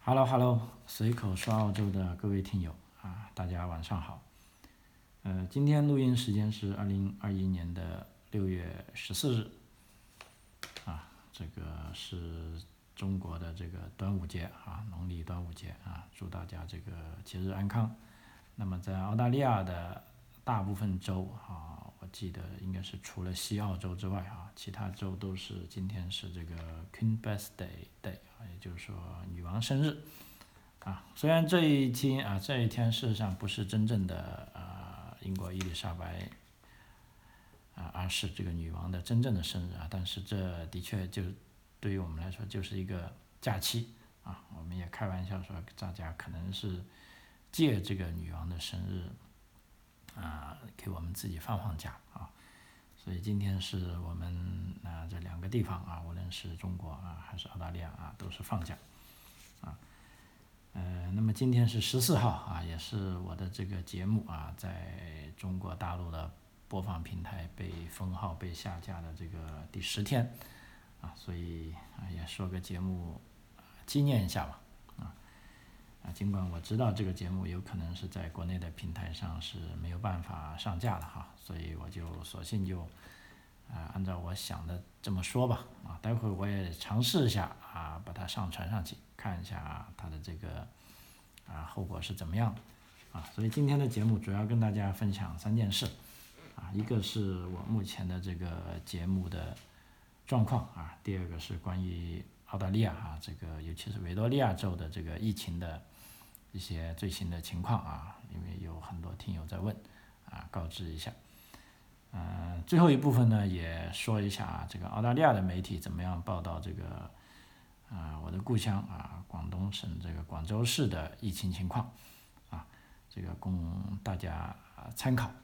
Hello Hello，随口说澳洲的各位听友大家晚上好。今天录音时间是2021年的6月14日这个是中国的这个端午节农历端午节祝大家这个节日安康。那么在澳大利亚的大部分州我记得应该是除了西澳洲之外其他州都是今天是这个 Queen Birthday Day，也就是说女王生日虽然这一天事实上不是真正的英国伊丽莎白而是这个女王的真正的生日但是这的确就对于我们来说就是一个假期我们也开玩笑说大家可能是借这个女王的生日给我们自己放假所以今天是我们这两个地方无论是中国还是澳大利亚都是放假那么今天是14号也是我的这个节目在中国大陆的播放平台被封号被下架的这个第10天所以也说个节目纪念一下吧尽管我知道这个节目有可能是在国内的平台上是没有办法上架的所以我就索性就按照我想的这么说吧待会我也尝试一下把它上传上去看一下它的这个后果是怎么样的所以今天的节目主要跟大家分享3件事一个是我目前的这个节目的状况第二个是关于澳大利亚这个尤其是维多利亚州的这个疫情的一些最新的情况因为有很多听友在问告知一下最后一部分呢也说一下这个澳大利亚的媒体怎么样报道这个我的故乡广东省这个广州市的疫情情况这个供大家参考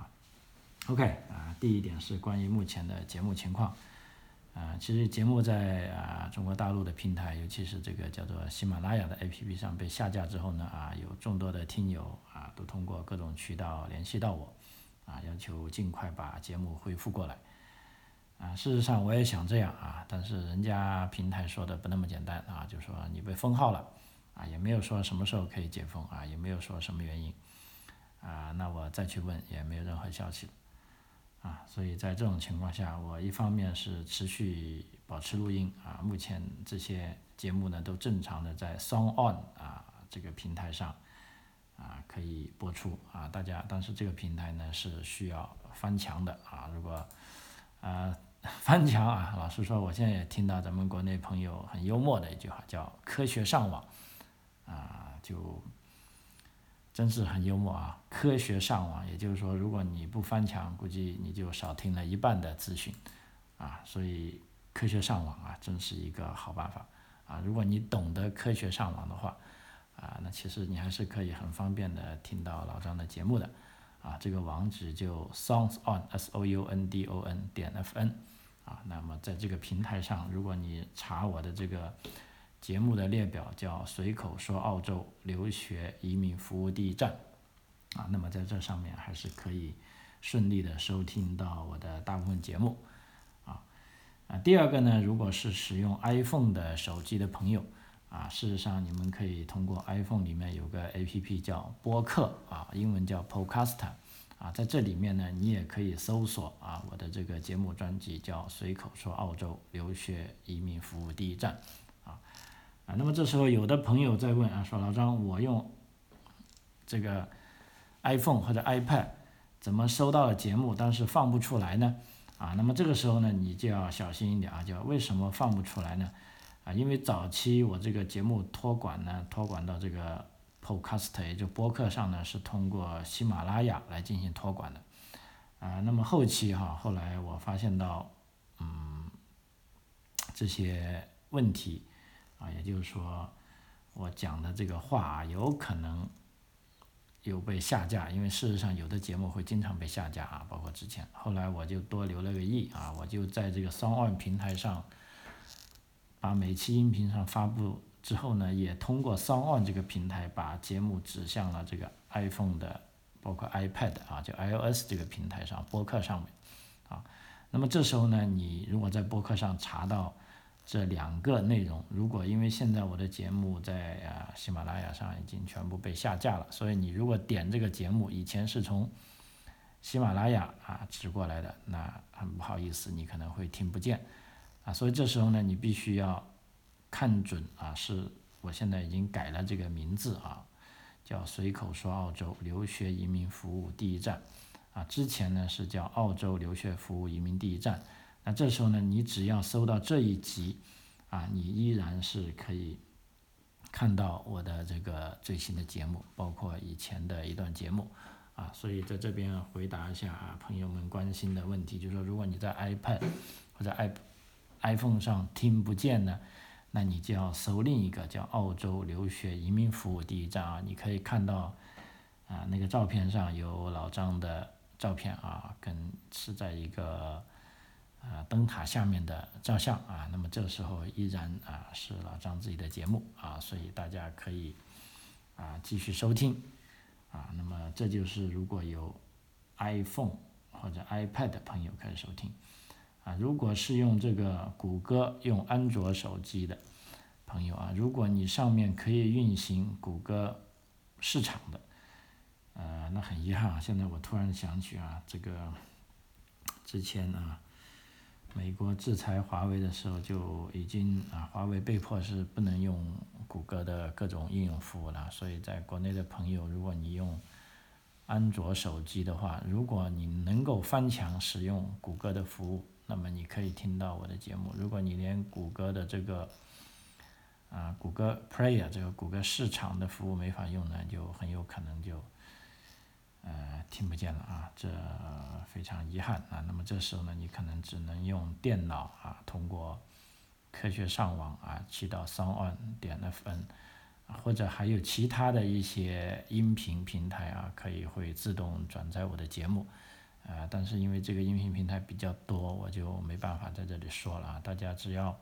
OK 第一点是关于目前的节目情况其实节目在中国大陆的平台尤其是这个叫做喜马拉雅的 APP 上被下架之后呢有众多的听友都通过各种渠道联系到我要求尽快把节目恢复过来事实上我也想这样但是人家平台说的不那么简单就说你被封号了也没有说什么时候可以解封也没有说什么原因那我再去问也没有任何消息所以在这种情况下我一方面是持续保持录音目前这些节目呢都正常的在 Song On 这个平台上可以播出大家但是这个平台呢是需要翻墙的如果翻墙老实说我现在也听到咱们国内朋友很幽默的一句话叫科学上网就真是很幽默科学上网也就是说如果你不翻墙估计你就少听了一半的资讯所以科学上网真是一个好办法如果你懂得科学上网的话那其实你还是可以很方便的听到老张的节目的这个网址就 soundon.fn 那么在这个平台上如果你查我的这个节目的列表叫随口说澳洲留学移民服务第一站那么在这上面还是可以顺利的收听到我的大部分节目第二个呢如果是使用 iPhone 的手机的朋友事实上你们可以通过 iPhone 里面有个 APP 叫播客英文叫 Podcaster在这里面呢你也可以搜索我的这个节目专辑叫随口说澳洲留学移民服务第一站那么这时候有的朋友在问说老张我用这个 iPhone 或者 iPad 怎么收到了节目但是放不出来呢那么这个时候呢你就要小心一点就为什么放不出来呢因为早期我这个节目托管到这个 Podcast 也就播客上呢是通过喜马拉雅来进行托管的那么后期后来我发现到这些问题也就是说我讲的这个话有可能有被下架因为事实上有的节目会经常被下架包括之前后来我就多留了个意我就在这个 Song On 平台上把每期音频上发布之后呢也通过 Song On 这个平台把节目指向了这个 iPhone 的包括 iPad 就 iOS 这个平台上播客上面那么这时候呢你如果在播客上查到这2个内容，如果因为现在我的节目在喜马拉雅上已经全部被下架了，所以你如果点这个节目以前是从喜马拉雅直过来的，那很不好意思，你可能会听不见所以这时候呢，你必须要看准是我现在已经改了这个名字叫随口说澳洲留学移民服务第一站之前呢是叫澳洲留学服务移民第一站。那这时候呢，你只要搜到这一集你依然是可以看到我的这个最新的节目，包括以前的一段节目所以在这边回答一下朋友们关心的问题，就是说如果你在 iPad 或者 iPhone 上听不见呢，那你就要搜另一个叫澳洲留学移民服务第一站你可以看到那个照片上有老张的照片跟是在一个灯塔下面的照相那么这时候依然是老张自己的节目所以大家可以继续收听那么这就是如果有 iPhone 或者 iPad 的朋友可以收听如果是用这个谷歌用安卓手机的朋友如果你上面可以运行谷歌市场的那很遗憾现在我突然想起这个之前美国制裁华为的时候就已经华为被迫是不能用谷歌的各种应用服务了，所以在国内的朋友，如果你用安卓手机的话，如果你能够翻墙使用谷歌的服务，那么你可以听到我的节目。如果你连谷歌的这个谷歌 Play 这个谷歌市场的服务没法用呢，就很有可能就听不见了这非常遗憾那么这时候呢，你可能只能用电脑通过科学上网去到 soundon.fm 或者还有其他的一些音频平台会自动转载我的节目但是因为这个音频平台比较多，我就没办法在这里说了大家只要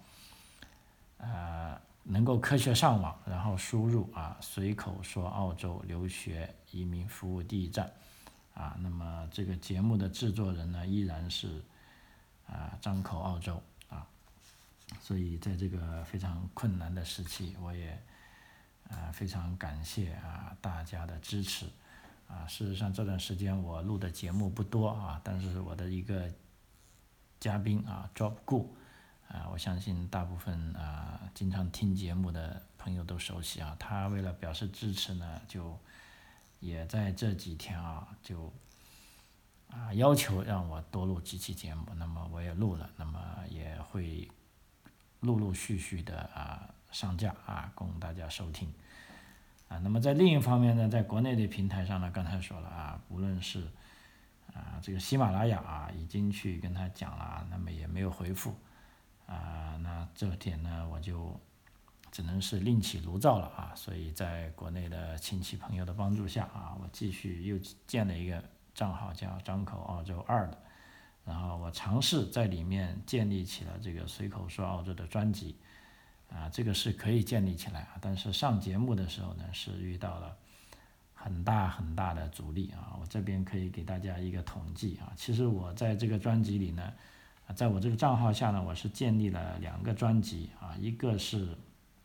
能够科学上网，然后输入随口说澳洲留学移民服务第一站那么这个节目的制作人呢依然是张口澳洲所以在这个非常困难的时期，我也非常感谢大家的支持事实上这段时间我录的节目不多但是我的一个嘉宾Job Gu我相信大部分经常听节目的朋友都熟悉他为了表示支持呢，就也在这几天就要求让我多录几期节目，那么我也录了，那么也会陆陆续续的上架供大家收听那么在另一方面呢，在国内的平台上呢，刚才说了无论是这个喜马拉雅已经去跟他讲了，那么也没有回复那这点呢，我就只能是另起炉灶了所以在国内的亲戚朋友的帮助下我继续又建了一个账号叫张口澳洲2的，然后我尝试在里面建立起了这个随口说澳洲的专辑这个是可以建立起来但是上节目的时候呢，是遇到了很大很大的阻力我这边可以给大家一个统计其实我在这个专辑里呢，在我这个账号下呢，我是建立了2个专辑一个是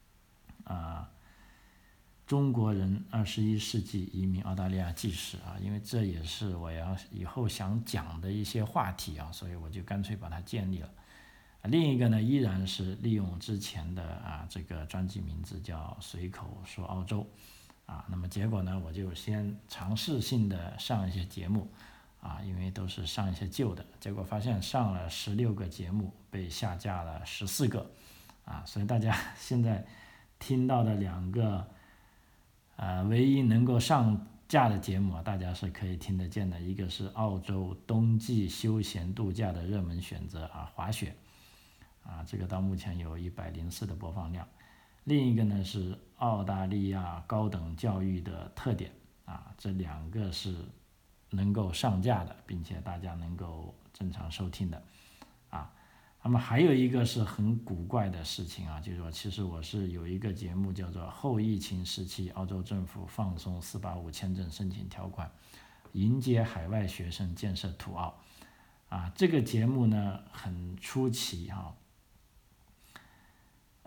中国人21世纪移民澳大利亚纪实因为这也是我要以后想讲的一些话题所以我就干脆把它建立了另一个呢，依然是利用之前的这个专辑名字叫随口说澳洲那么结果呢，我就先尝试性的上一些节目因为都是上一些旧的，结果发现上了16个节目被下架了14个所以大家现在听到的2个唯一能够上架的节目大家是可以听得见的，一个是澳洲冬季休闲度假的热门选择滑雪这个到目前有104的播放量，另一个呢是澳大利亚高等教育的特点这2个是能够上架的，并且大家能够正常收听的那么还有一个是很古怪的事情就是说其实我是有一个节目叫做后疫情时期澳洲政府放松485签证申请条款，迎接海外学生建设土澳这个节目呢很出奇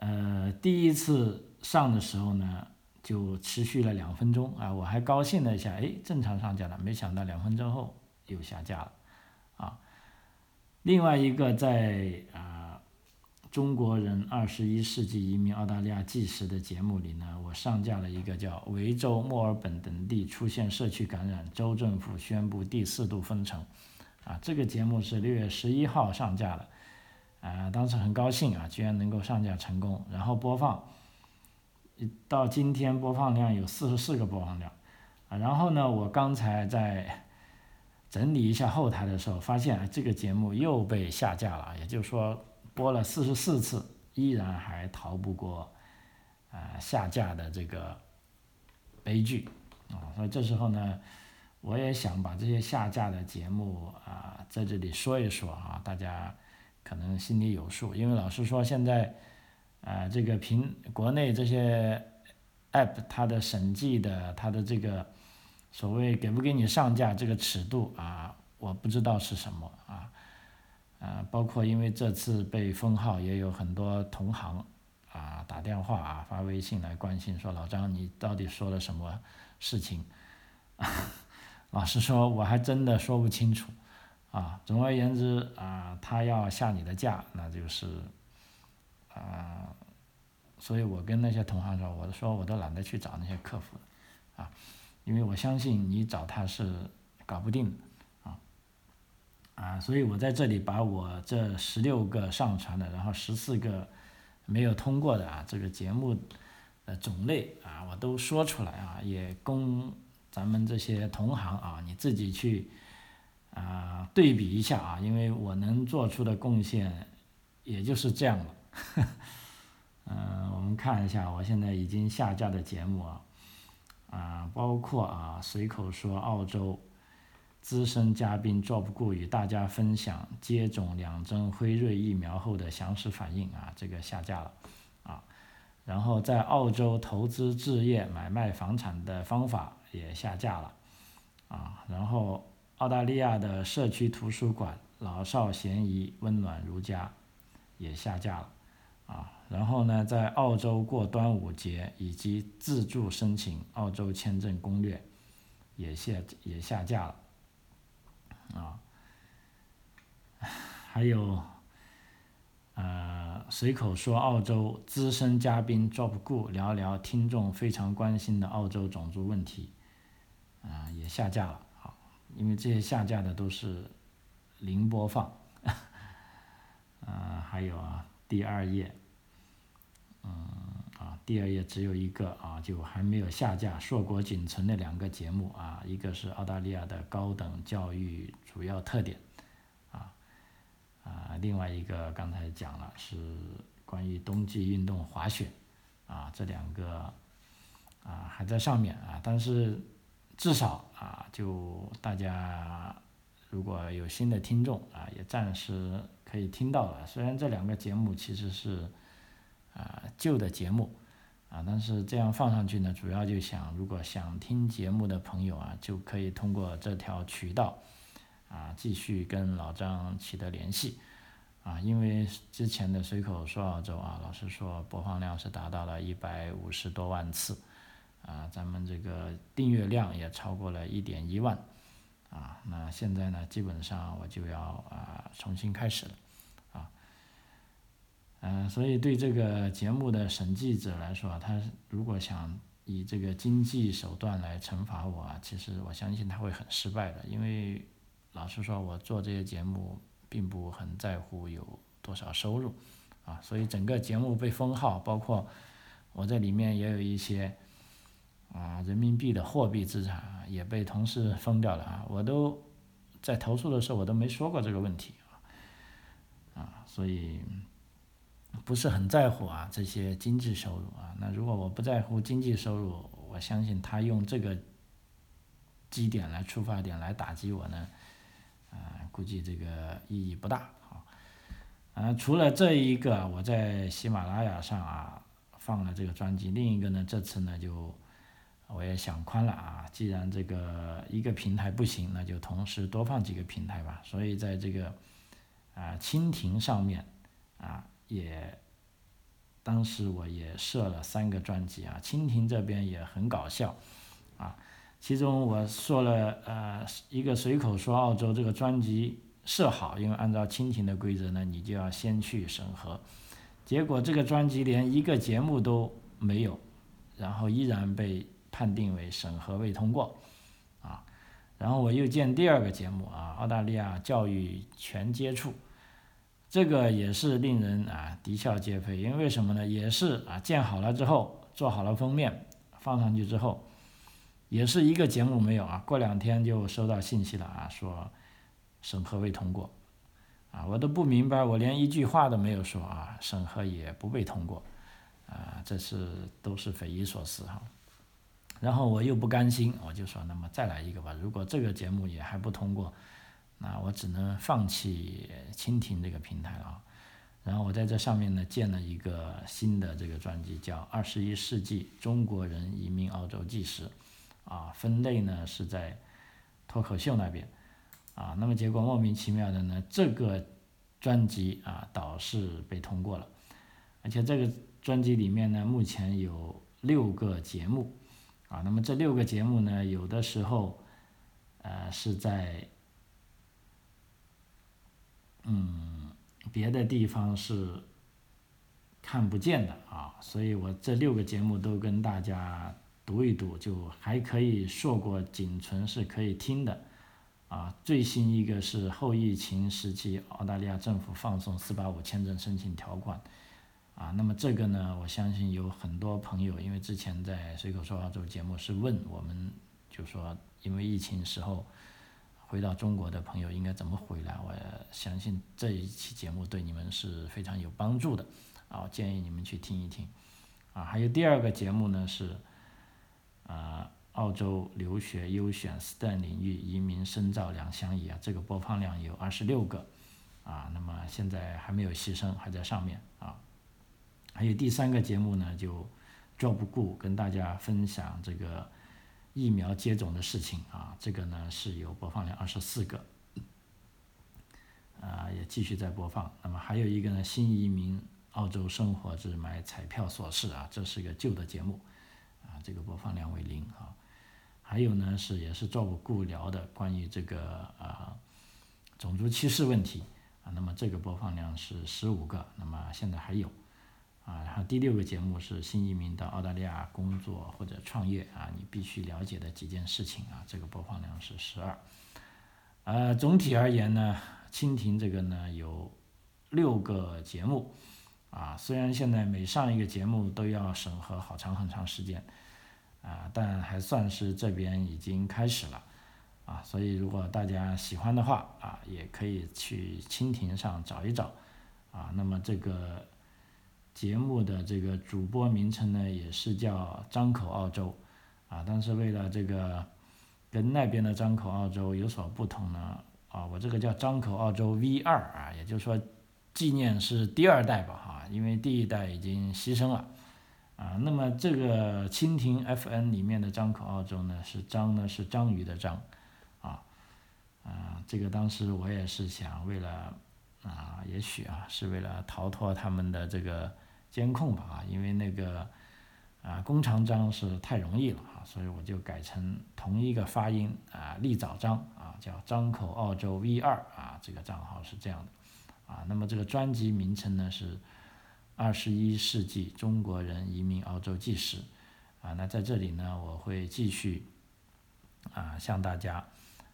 第一次上的时候呢，就持续了2分钟啊，我还高兴了一下，正常上架了，没想到2分钟后又下架了啊。另外一个在中国人21世纪移民澳大利亚纪实的节目里呢，我上架了一个叫维州、墨尔本等地出现社区感染，州政府宣布第4度封城啊。这个节目是6月11号上架的。当时很高兴啊，居然能够上架成功，然后播放，到今天播放量有44个播放量，然后呢，我刚才在整理一下后台的时候，发现这个节目又被下架了，也就是说播了44次，依然还逃不过下架的这个悲剧啊。所以这时候呢，我也想把这些下架的节目在这里说一说啊，大家可能心里有数，因为老实说，现在这个国内这些 app 它的审计的，它的这个所谓给不给你上架这个尺度我不知道是什么包括因为这次被封号，也有很多同行打电话发微信来关心说，老张你到底说了什么事情老实说我还真的说不清楚总而言之他要下你的架，那就是所以我跟那些同行说，我都懒得去找那些客服因为我相信你找他是搞不定的所以我在这里把我这16个上传的，然后14个没有通过的这个节目的种类我都说出来也供咱们这些同行你自己去对比一下因为我能做出的贡献也就是这样了我们看一下我现在已经下架的节目包括随口说澳洲资深嘉宾 Job 顾与大家分享接种2针辉瑞疫苗后的详实反应这个下架了然后在澳洲投资置业买卖房产的方法也下架了然后澳大利亚的社区图书馆老少咸宜温暖如家也下架了然后呢，在澳洲过端午节以及自助申请澳洲签证攻略也下架了还有随口说澳洲资深嘉宾 Job 顾聊聊听众非常关心的澳洲种族问题也下架了因为这些下架的都是零播放还有第2页第2页只有一个就还没有下架硕果仅存的2个节目一个是澳大利亚的高等教育主要特点另外一个刚才讲了是关于冬季运动滑雪这2个还在上面但是至少就大家如果有新的听众也暂时可以听到了，虽然这2个节目其实是旧的节目但是这样放上去呢，主要就如果想听节目的朋友就可以通过这条渠道继续跟老张取得联系因为之前的随口说澳洲老实说播放量是达到了150多万次咱们这个订阅量也超过了1.1万那现在呢基本上我就要重新开始了所以对这个节目的审计者来说他如果想以这个经济手段来惩罚我其实我相信他会很失败的，因为老实说我做这些节目并不很在乎有多少收入所以整个节目被封号，包括我在里面也有一些人民币的货币资产也被同事封掉了我都在投诉的时候我都没说过这个问题所以不是很在乎这些经济收入那如果我不在乎经济收入，我相信他用这个基点来出发点来打击我呢估计这个意义不大除了这一个我在喜马拉雅上放了这个专辑，另一个呢这次呢就我也想宽了既然这个一个平台不行，那就同时多放几个平台吧，所以在这个蜻蜓上面也当时我也设了3个专辑啊，蜻蜓这边也很搞笑啊，其中我说了一个随口说澳洲这个专辑设好，因为按照蜻蜓的规则呢，你就要先去审核，结果这个专辑连一个节目都没有，然后依然被判定为审核未通过啊。然后我又建第2个节目啊，澳大利亚教育全接触，这个也是令人啼笑皆非，因为为什么呢？也是建好了之后，做好了封面，放上去之后，也是一个节目没有过2天就收到信息了说审核未通过我都不明白，我连一句话都没有说审核也不被通过这都是匪夷所思然后我又不甘心，我就说那么再来一个吧，如果这个节目也还不通过，那我只能放弃蜻蜓这个平台了然后我在这上面呢建了一个新的这个专辑，叫21世纪中国人移民澳洲纪实分类呢是在脱口秀那边那么结果莫名其妙的呢，这个专辑倒是被通过了，而且这个专辑里面呢目前有6个节目那么这6个节目呢，有的时候是在别的地方是看不见的所以我这6个节目都跟大家读一读，就还可以硕果仅存，是可以听的最新一个是后疫情时期澳大利亚政府放松485签证申请条款那么这个呢，我相信有很多朋友，因为之前在随口说澳洲节目是问我们，就说因为疫情时候回到中国的朋友应该怎么回来，我相信这一期节目对你们是非常有帮助的我建议你们去听一听还有第2个节目呢是澳洲留学优选 STEM 领域移民深造两相宜这个播放量有26个那么现在还没有牺牲，还在上面还有第3个节目呢，就 Job Good 跟大家分享这个疫苗接种的事情这个呢是有播放量24个也继续在播放。那么还有一个呢，新移民澳洲生活之买彩票琐事这是个旧的节目这个播放量为0还有呢也是 Job Good 聊的关于这个种族歧视问题那么这个播放量是15个，那么现在还有然后第6个节目是新移民到澳大利亚工作或者创业你必须了解的几件事情这个播放量是12总体而言呢，蜻蜓这个呢有6个节目虽然现在每上一个节目都要审核好长很长时间但还算是这边已经开始了所以如果大家喜欢的话也可以去蜻蜓上找一找那么这个节目的这个主播名称呢也是叫张口澳洲但是为了这个跟那边的张口澳洲有所不同呢我这个叫张口澳洲 V2也就是说纪念是第2代吧因为第1代已经牺牲了那么这个蜻蜓 FN 里面的张口澳洲呢是章鱼的章这个当时我也是想为了也许是为了逃脱他们的这个监控吧因为那个弓长张是太容易了所以我就改成同一个发音立早章叫张口澳洲 V2这个账号是这样的那么这个专辑名称呢是21世纪中国人移民澳洲纪实那在这里呢我会继续向大家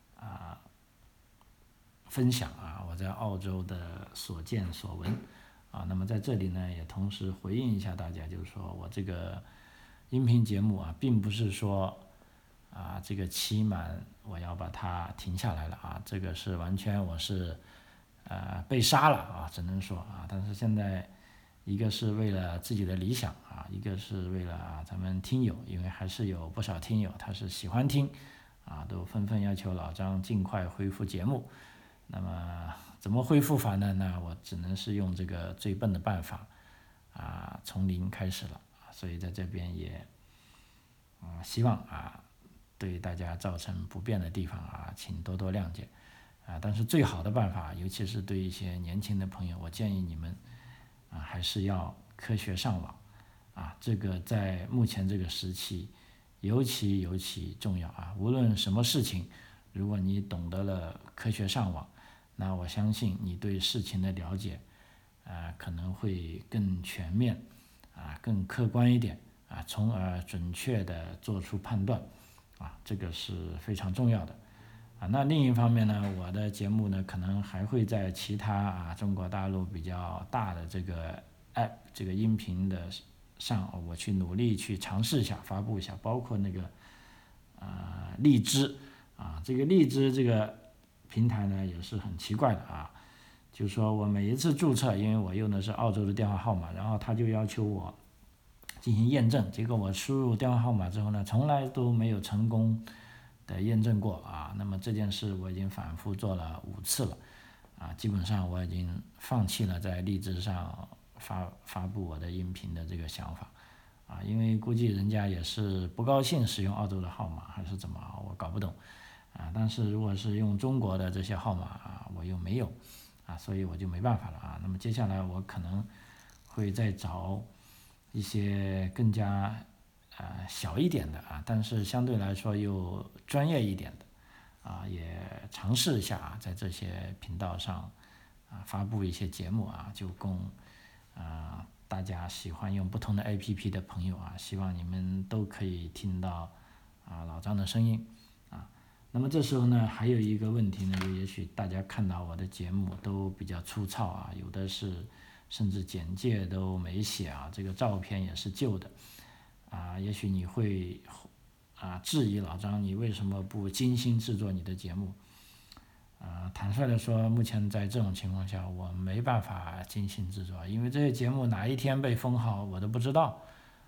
分享我在澳洲的所见所闻那么在这里呢也同时回应一下大家，就是说我这个音频节目并不是说这个期满我要把它停下来了这个是完全我是被杀了只能说但是现在一个是为了自己的理想一个是为了咱们听友，因为还是有不少听友他是喜欢听都纷纷要求老张尽快恢复节目。那么怎么恢复法呢？那我只能是用这个最笨的办法从零开始了所以在这边也希望对大家造成不便的地方请多多谅解但是最好的办法，尤其是对一些年轻的朋友，我建议你们还是要科学上网啊，这个在目前这个时期尤其重要啊。无论什么事情，如果你懂得了科学上网，那我相信你对事情的了解可能会更全面更客观一点从而准确的做出判断这个是非常重要的那另一方面呢，我的节目呢可能还会在其他中国大陆比较大的这个 app 这个音频的上，我去努力去尝试一下发布一下，包括那个荔枝这个荔枝这个平台呢也是很奇怪的就是说我每一次注册，因为我用的是澳洲的电话号码，然后他就要求我进行验证，结果我输入电话号码之后呢，从来都没有成功的验证过那么这件事我已经反复做了5次了基本上我已经放弃了在荔枝上发布我的音频的这个想法因为估计人家也是不高兴使用澳洲的号码还是怎么我搞不懂但是如果是用中国的这些号码我又没有所以我就没办法了那么接下来我可能会再找一些更加小一点的但是相对来说又专业一点的也尝试一下在这些频道上发布一些节目就供大家喜欢用不同的 APP 的朋友希望你们都可以听到老张的声音那么这时候呢还有一个问题呢，也许大家看到我的节目都比较粗糙有的是甚至简介都没写这个照片也是旧的也许你会质疑老张你为什么不精心制作你的节目坦率的说，目前在这种情况下我没办法精心制作，因为这些节目哪一天被封号我都不知道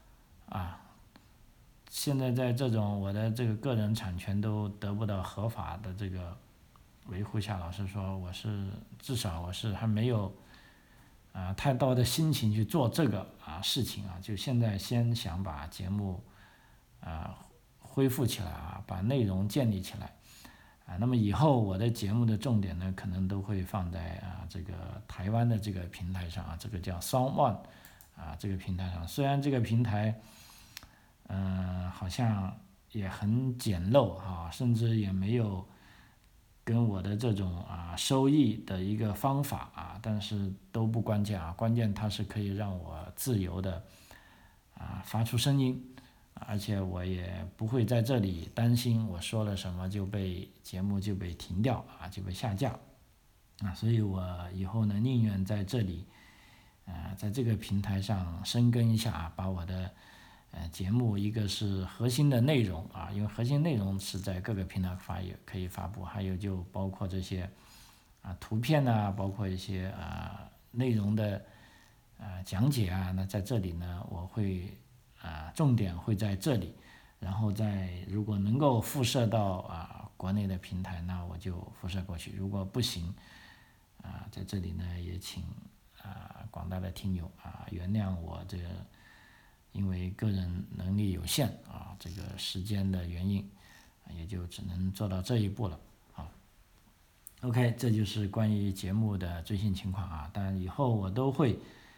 现在在这种我的这个个人产权都得不到合法的这个维护下，老实说至少我是还没有太多的心情去做这个事情就现在先想把节目恢复起来把内容建立起来那么以后我的节目的重点呢可能都会放在这个台湾的这个平台上这个叫 SoundOn 这个平台上，虽然这个平台好像也很简陋甚至也没有跟我的这种收益的一个方法但是都不关键关键它是可以让我自由的发出声音而且我也不会在这里担心我说了什么节目就被停掉就被下架所以我以后呢宁愿在这里在这个平台上深耕一下把我的节目一个是核心的内容因为核心内容是在各个平台可以发布，还有就包括这些图片包括一些内容的讲解那在这里呢我会重点会在这里，然后如果能够辐射到国内的平台，那我就辐射过去，如果不行在这里呢也请广大的听友原谅我这个因为个人能力有限这个时间的原因也就只能做到这一步了OK， 这就是关于节目的最新情况但以后我都会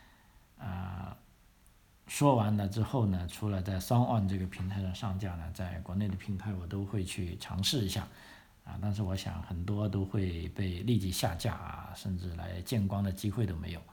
说完了之后呢，除了在 SoundOn 这个平台上上架呢，在国内的平台我都会去尝试一下但是我想很多都会被立即下架甚至来见光的机会都没有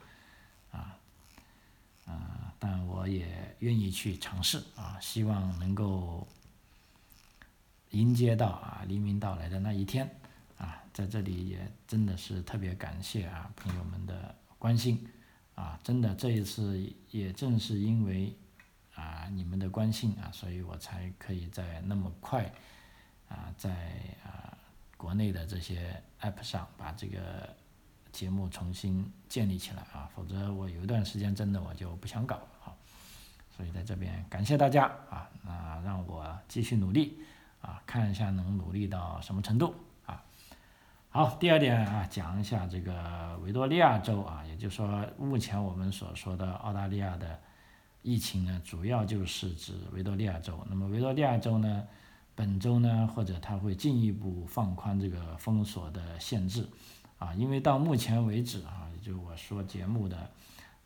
但我也愿意去尝试希望能够迎接到黎明到来的那一天在这里也真的是特别感谢朋友们的关心真的这一次也正是因为你们的关心所以我才可以在那么快在国内的这些 app 上把这个节目重新建立起来否则我有一段时间真的我就不想搞了所以在这边感谢大家让我继续努力看一下能努力到什么程度好，第二点讲一下这个维多利亚州也就是说目前我们所说的澳大利亚的疫情呢，主要就是指维多利亚州。那么维多利亚州呢，本周呢，或者它会进一步放宽这个封锁的限制因为到目前为止也就是我说节目的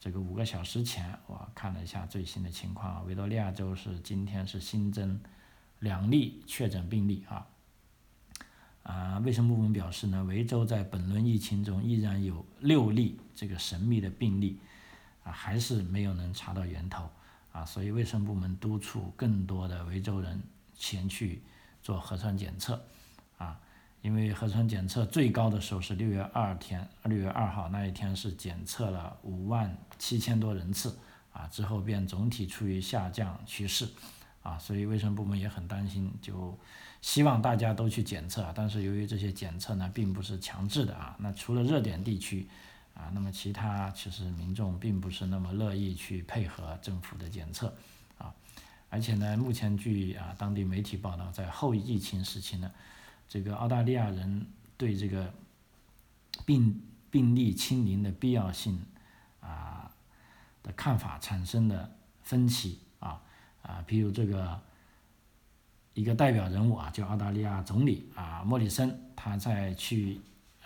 这个5个小时前我看了一下最新的情况，维多利亚州今天是新增2例确诊病例卫生部门表示呢，维州在本轮疫情中依然有6例这个神秘的病例还是没有能查到源头所以卫生部门督促更多的维州人前去做核酸检测因为核酸检测最高的时候是6月2号那一天是检测了57000多人次之后便总体处于下降趋势所以卫生部门也很担心，就希望大家都去检测但是由于这些检测呢并不是强制的那除了热点地区那么其他其实民众并不是那么乐意去配合政府的检测而且呢目前据当地媒体报道，在后疫情时期呢，这个澳大利亚人对这个病例清零的必要性的看法产生了分歧比如这个一个代表人物就澳大利亚总理莫里森，他在去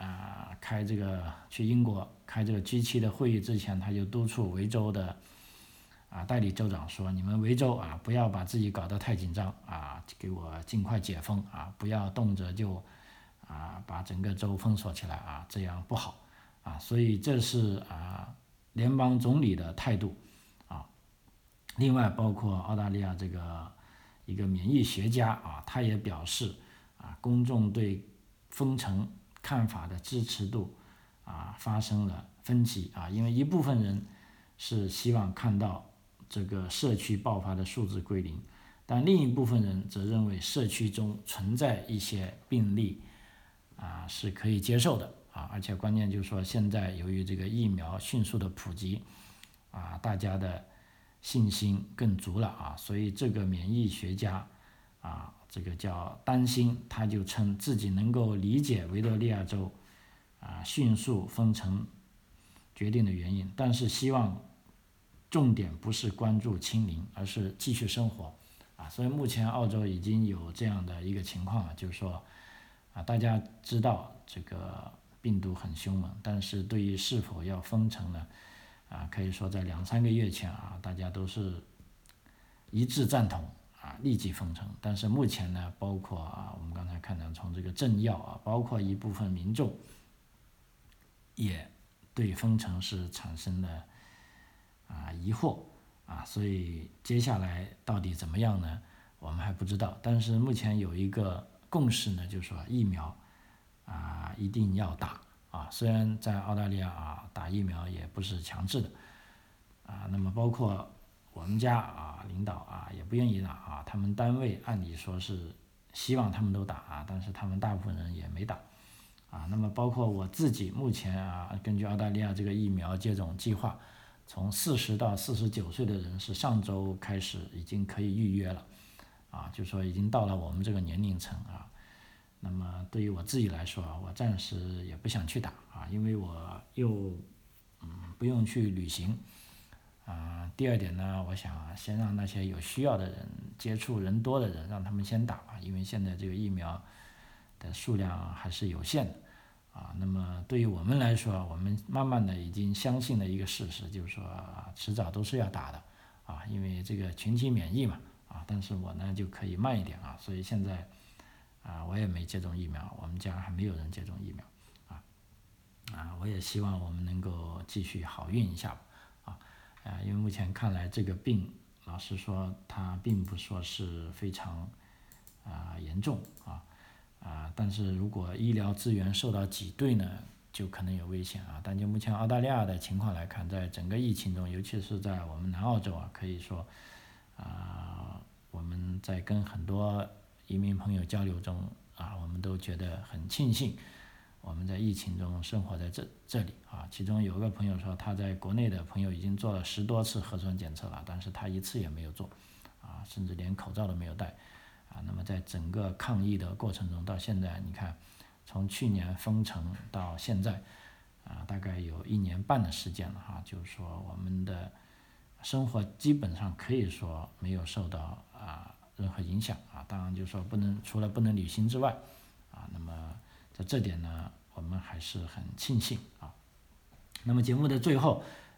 英国开这个 G7 的会议之前，他就督促维州的代理州长说，你们维州不要把自己搞得太紧张给我尽快解封不要动辄就把整个州封锁起来这样不好所以这是联邦总理的态度另外包括澳大利亚这个一个免疫学家他也表示公众对封城看法的支持度发生了分歧因为一部分人是希望看到这个社区爆发的数字归零，但另一部分人则认为社区中存在一些病例是可以接受的而且关键就是说现在由于这个疫苗迅速的普及大家的信心更足了所以这个免疫学家这个叫担心，他就称自己能够理解维多利亚州迅速封城决定的原因，但是希望重点不是关注清零，而是继续生活所以目前澳洲已经有这样的一个情况就是说大家知道这个病毒很凶猛，但是对于是否要封城呢可以说在2-3个月前大家都是一致赞同立即封城，但是目前呢包括我们刚才看到从这个政要包括一部分民众也对封城是产生了疑惑所以接下来到底怎么样呢我们还不知道，但是目前有一个共识呢，就是说疫苗一定要打虽然在澳大利亚打疫苗也不是强制的那么包括我们家领导也不愿意打他们单位按理说是希望他们都打但是他们大部分人也没打那么包括我自己目前根据澳大利亚这个疫苗接种计划，从40到49岁的人是上周开始已经可以预约了就说已经到了我们这个年龄层那么对于我自己来说我暂时也不想去打因为我又不用去旅行第二点呢，我想先让那些有需要的人接触人多的人让他们先打因为现在这个疫苗的数量还是有限的那么对于我们来说，我们慢慢的已经相信了一个事实，就是说迟早都是要打的因为这个群体免疫嘛但是我呢就可以慢一点所以现在我也没接种疫苗，我们家还没有人接种疫苗我也希望我们能够继续好运一下因为目前看来这个病老实说它并不说是非常严重但是如果医疗资源受到挤兑呢就可能有危险但就目前澳大利亚的情况来看，在整个疫情中，尤其是在我们南澳洲可以说我们在跟很多移民朋友交流中我们都觉得很庆幸我们在疫情中生活在这里其中有个朋友说他在国内的朋友已经做了10多次核酸检测了，但是他一次也没有做甚至连口罩都没有戴那么在整个抗疫的过程中，到现在你看从去年封城到现在大概有1年半的时间了就是说我们的生活基本上可以说没有受到任何影响当然就是说除了不能旅行之外那么在这点呢我们还是很庆幸那么节目的最后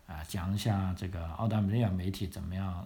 讲一下这个澳大利亚媒体怎么样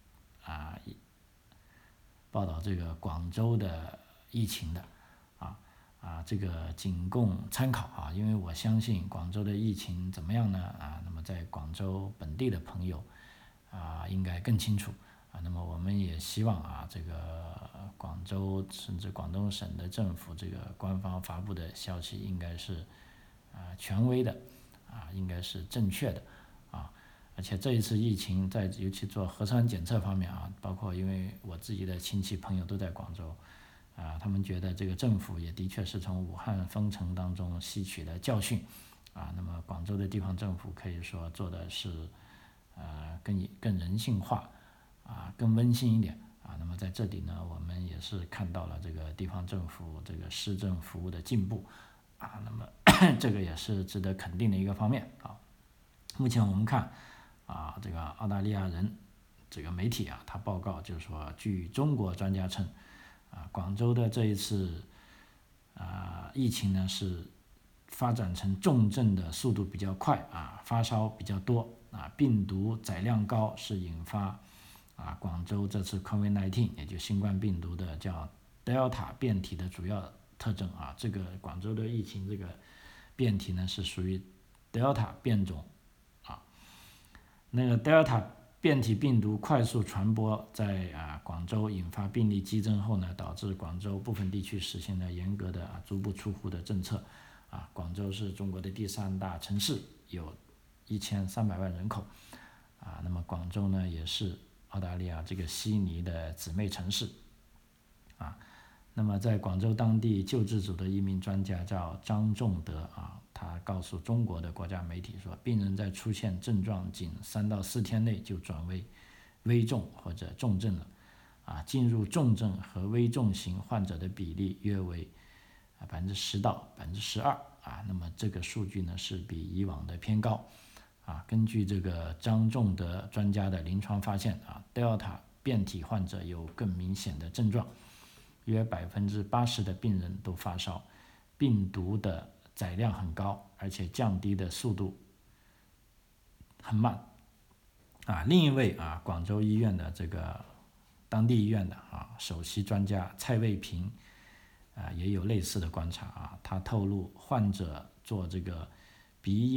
报道这个广州的疫情的这个仅供参考因为我相信广州的疫情怎么样呢那么在广州本地的朋友应该更清楚那么我们也希望这个广州甚至广东省的政府这个官方发布的消息应该是权威的应该是正确的而且这一次疫情在尤其做核酸检测方面包括因为我自己的亲戚朋友都在广州他们觉得这个政府也的确是从武汉封城当中吸取了教训那么广州的地方政府可以说做的是更人性化更温馨一点那么在这里呢我们也是看到了这个地方政府这个市政服务的进步那么这个也是值得肯定的一个方面目前我们看这个澳大利亚人这个媒体他报告就是说据中国专家称广州的这一次疫情呢是发展成重症的速度比较快发烧比较多病毒载量高是引发广州这次 COVID-19 也就新冠病毒的叫 Delta 变体的主要特征这个广州的疫情这个变体呢是属于 Delta 变种那个 Delta 变体病毒快速传播在广州引发病例激增后呢导致广州部分地区实行了严格的足不出户的政策广州是中国的第3大城市有1300万人口那么广州呢也是澳大利亚这个悉尼的姊妹城市那么在广州当地救治组的一名专家叫张仲德他告诉中国的国家媒体说病人在出现症状仅3到4天内就转为危重或者重症了进入重症和危重型患者的比例约为10%到12%那么这个数据呢是比以往的偏高根据这个张仲德专家的临床发现Delta 变体患者有更明显的症状约80%的病人都发烧病毒的载量很高而且降低的速度很慢另一位广州医院的这个当地医院的首席专家蔡卫平也有类似的观察他透露患者做这个鼻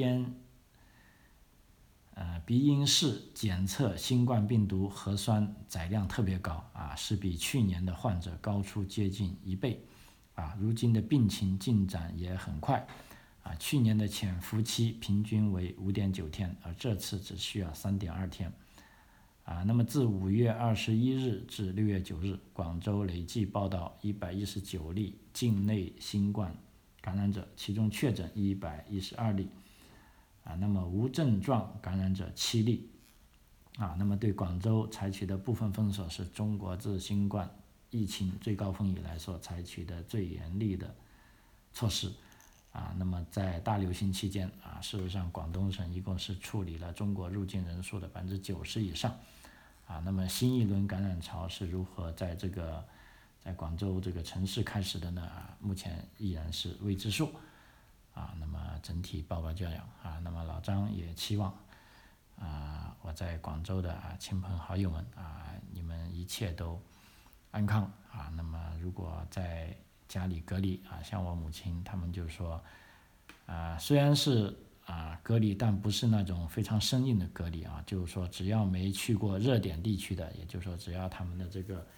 咽式检测新冠病毒核酸载量特别高是比去年的患者高出接近1倍如今的病情进展也很快去年的潜伏期平均为5.9天而这次只需要3.2天那么自5月21日至6月9日广州累计报道119例境内新冠感染者其中确诊112例那么无症状感染者7例那么对广州采取的部分封锁是中国自新冠疫情最高峰以来所采取的最严厉的措施那么在大流行期间事实上广东省一共是处理了中国入境人数的90%以上那么新一轮感染潮是如何在广州这个城市开始的呢目前依然是未知数那么整体报告这样那么老张也期望我在广州的亲朋好友们你们一切都安康那么如果在家里隔离像我母亲他们就说虽然是隔离但不是那种非常生硬的隔离就是说只要没去过热点地区的也就是说只要他们的这个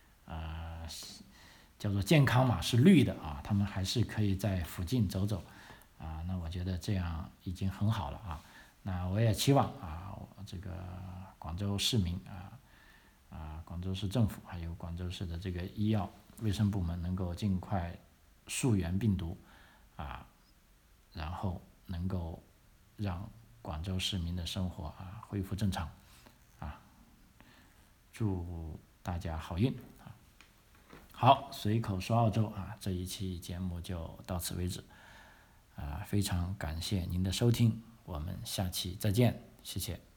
叫做健康码是绿的他们还是可以在附近走走那我觉得这样已经很好了那我也期望这个广州市民广州市政府还有广州市的这个医药卫生部门能够尽快溯源病毒然后能够让广州市民的生活恢复正常祝大家好运好，随口说澳洲这一期节目就到此为止非常感谢您的收听，我们下期再见，谢谢。